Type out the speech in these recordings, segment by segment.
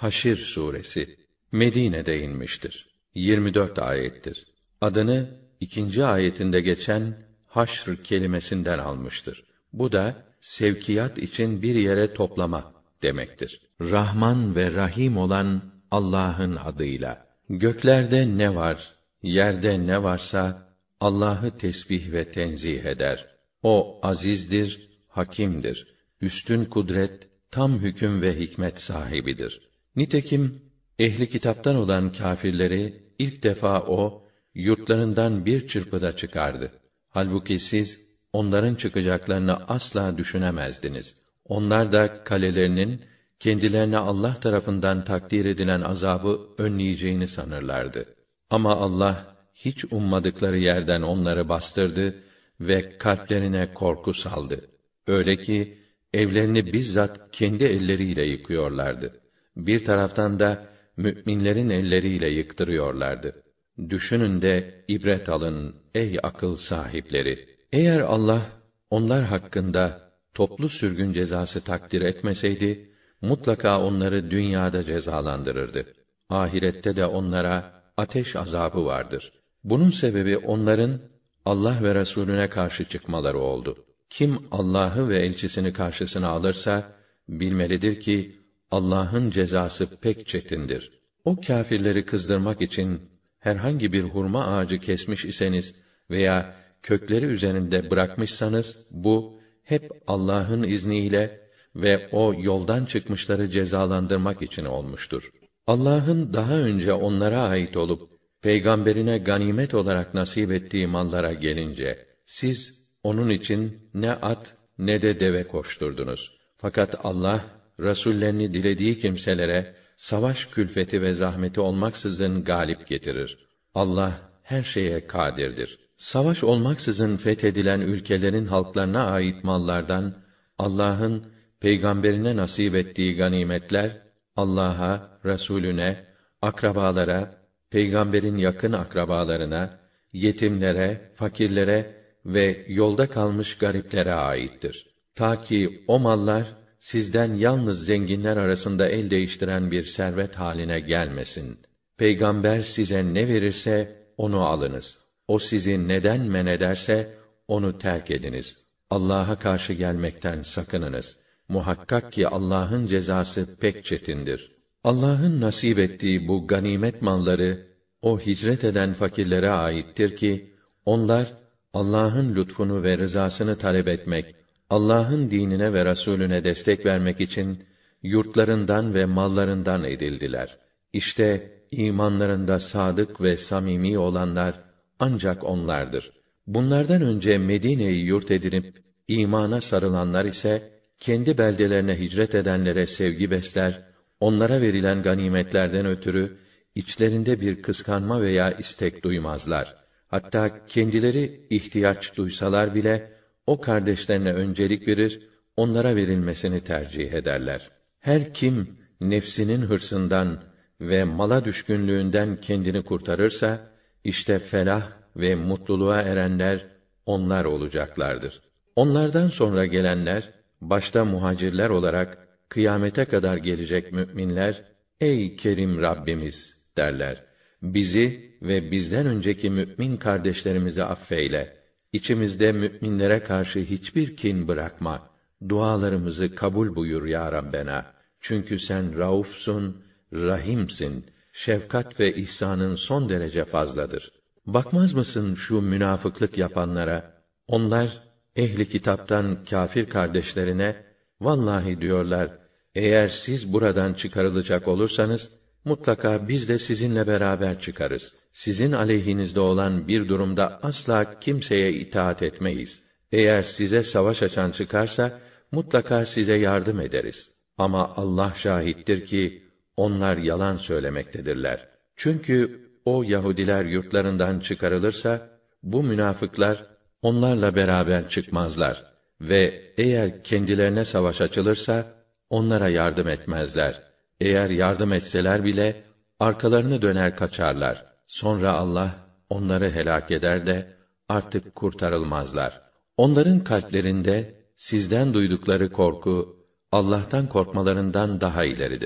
Haşr suresi Medine'de inmiştir. 24 ayettir. Adını ikinci ayetinde geçen haşr kelimesinden almıştır. Bu da sevkiyat için bir yere toplama demektir. Rahman ve Rahim olan Allah'ın adıyla. Göklerde ne var, yerde ne varsa Allah'ı tesbih ve tenzih eder. O azizdir, hakimdir. Üstün kudret, tam hüküm ve hikmet sahibidir. Nitekim ehli kitaptan olan kâfirleri ilk defa o yurtlarından bir çırpıda çıkardı. Halbuki siz onların çıkacaklarını asla düşünemezdiniz. Onlar da kalelerinin kendilerine Allah tarafından takdir edilen azabı önleyeceğini sanırlardı. Ama Allah hiç ummadıkları yerden onları bastırdı ve kalplerine korku saldı. Öyle ki evlerini bizzat kendi elleriyle yıkıyorlardı. Bir taraftan da müminlerin elleriyle yıktırıyorlardı. Düşünün de ibret alın ey akıl sahipleri. Eğer Allah onlar hakkında toplu sürgün cezası takdir etmeseydi, mutlaka onları dünyada cezalandırırdı. Ahirette de onlara ateş azabı vardır. Bunun sebebi onların Allah ve Resulüne karşı çıkmaları oldu. Kim Allah'ı ve elçisini karşısına alırsa bilmelidir ki Allah'ın cezası pek çetindir. O kâfirleri kızdırmak için herhangi bir hurma ağacı kesmiş iseniz veya kökleri üzerinde bırakmışsanız bu hep Allah'ın izniyle ve o yoldan çıkmışları cezalandırmak için olmuştur. Allah'ın daha önce onlara ait olup peygamberine ganimet olarak nasip ettiği mallara gelince siz onun için ne at ne de deve koşturdunuz. Fakat Allah rasullerini dilediği kimselere savaş külfeti ve zahmeti olmaksızın galip getirir. Allah her şeye kadirdir. Savaş olmaksızın fethedilen ülkelerin halklarına ait mallardan Allah'ın peygamberine nasip ettiği ganimetler Allah'a, Resulüne, akrabalara, peygamberin yakın akrabalarına, yetimlere, fakirlere ve yolda kalmış gariplere aittir. Ta ki o mallar sizden yalnız zenginler arasında el değiştiren bir servet haline gelmesin. Peygamber size ne verirse onu alınız. O sizi neden men ederse onu terk ediniz. Allah'a karşı gelmekten sakınınız. Muhakkak ki Allah'ın cezası pek çetindir. Allah'ın nasip ettiği bu ganimet malları o hicret eden fakirlere aittir ki onlar Allah'ın lütfunu ve rızasını talep etmek, Allah'ın dinine ve Resulüne destek vermek için yurtlarından ve mallarından edildiler. İşte imanlarında sadık ve samimi olanlar ancak onlardır. Bunlardan önce Medine'yi yurt edinip imana sarılanlar ise kendi beldelerine hicret edenlere sevgi besler, onlara verilen ganimetlerden ötürü içlerinde bir kıskanma veya istek duymazlar. Hatta kendileri ihtiyaç duysalar bile o kardeşlerine öncelik verir, onlara verilmesini tercih ederler. Her kim nefsinin hırsından ve mala düşkünlüğünden kendini kurtarırsa işte felah ve mutluluğa erenler onlar olacaklardır. Onlardan sonra gelenler başta muhacirler olarak kıyamete kadar gelecek müminler ey kerim Rabbimiz derler. Bizi ve bizden önceki mümin kardeşlerimizi affeyle. İçimizde müminlere karşı hiçbir kin bırakma. Dualarımızı kabul buyur ya Rabbena. Çünkü sen Raufsun, Rahimsin. Şefkat ve ihsanın son derece fazladır. Bakmaz mısın şu münafıklık yapanlara? Onlar ehli kitaptan kâfir kardeşlerine vallahi diyorlar, eğer siz buradan çıkarılacak olursanız mutlaka biz de sizinle beraber çıkarız. Sizin aleyhinizde olan bir durumda asla kimseye itaat etmeyiz. Eğer size savaş açan çıkarsa mutlaka size yardım ederiz. Ama Allah şahittir ki onlar yalan söylemektedirler. Çünkü o Yahudiler yurtlarından çıkarılırsa bu münafıklar onlarla beraber çıkmazlar ve eğer kendilerine savaş açılırsa onlara yardım etmezler. Eğer yardım etseler bile arkalarını döner kaçarlar. Sonra Allah onları helak eder de artık kurtarılmazlar. Onların kalplerinde sizden duydukları korku Allah'tan korkmalarından daha ileridir.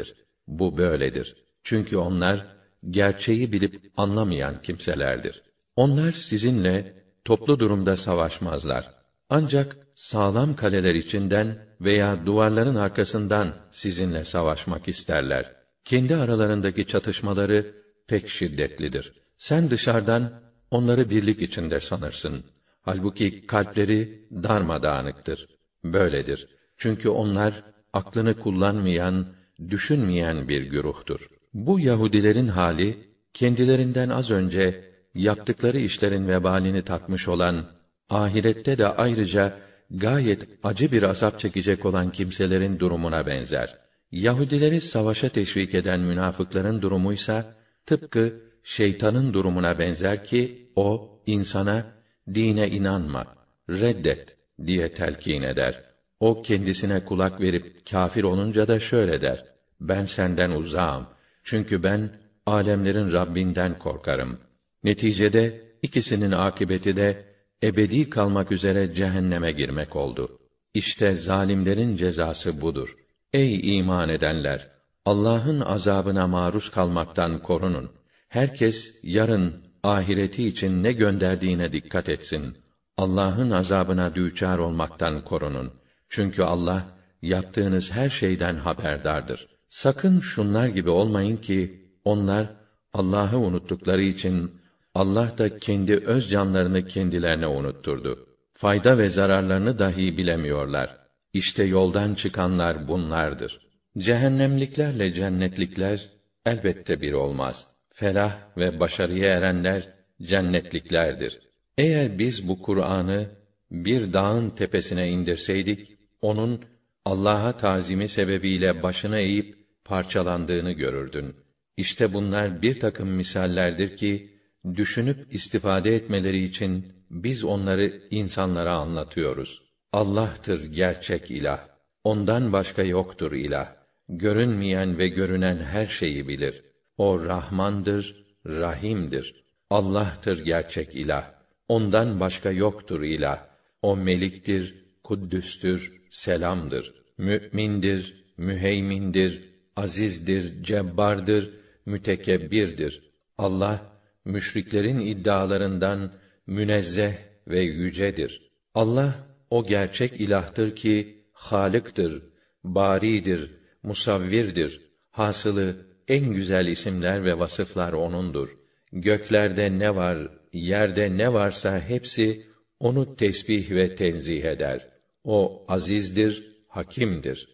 Bu böyledir. Çünkü onlar gerçeği bilip anlamayan kimselerdir. Onlar sizinle toplu durumda savaşmazlar. Ancak sağlam kaleler içinden veya duvarların arkasından sizinle savaşmak isterler. Kendi aralarındaki çatışmaları pek şiddetlidir. Sen dışarıdan onları birlik içinde sanırsın. Halbuki kalpleri darmadağınıktır. Böyledir. Çünkü onlar aklını kullanmayan, düşünmeyen bir güruhtur. Bu Yahudilerin hali, kendilerinden az önce yaptıkları işlerin vebalini tatmış olan, ahirette de ayrıca gayet acı bir azap çekecek olan kimselerin durumuna benzer. Yahudileri savaşa teşvik eden münafıkların durumuysa, tıpkı şeytanın durumuna benzer ki, o, insana, dine inanma, reddet diye telkin eder. O kendisine kulak verip kâfir olunca da şöyle der: ben senden uzağım. Çünkü ben âlemlerin Rabbinden korkarım. Neticede ikisinin akıbeti de ebedi kalmak üzere cehenneme girmek oldu. İşte zalimlerin cezası budur. Ey iman edenler! Allah'ın azabına maruz kalmaktan korunun. Herkes yarın ahireti için ne gönderdiğine dikkat etsin. Allah'ın azabına düçar olmaktan korunun. Çünkü Allah yaptığınız her şeyden haberdardır. Sakın şunlar gibi olmayın ki onlar Allah'ı unuttukları için Allah da kendi öz canlarını kendilerine unutturdu. Fayda ve zararlarını dahi bilemiyorlar. İşte yoldan çıkanlar bunlardır. Cehennemliklerle cennetlikler elbette bir olmaz. Felah ve başarıya erenler cennetliklerdir. Eğer biz bu Kur'an'ı bir dağın tepesine indirseydik, onun Allah'a tazimi sebebiyle başını eğip parçalandığını görürdün. İşte bunlar bir takım misallerdir ki, düşünüp istifade etmeleri için biz onları insanlara anlatıyoruz. Allah'tır gerçek ilah. Ondan başka yoktur ilah. Görünmeyen ve görünen her şeyi bilir. O Rahmandır, Rahim'dir. Allah'tır gerçek ilah. Ondan başka yoktur ilah. O Meliktir, Kuddüs'tür, Selam'dır. Mü'mindir, Müheymindir, Azizdir, Cebbardır, Mütekebbirdir. Allah, müşriklerin iddialarından münezzeh ve yücedir. Allah, o gerçek ilahtır ki, Hâlık'tır, Bâri'dir, Musavvirdir. Hasılı, en güzel isimler ve vasıflar O'nundur. Göklerde ne var, yerde ne varsa hepsi, O'nu tesbih ve tenzih eder. O azizdir, hakimdir.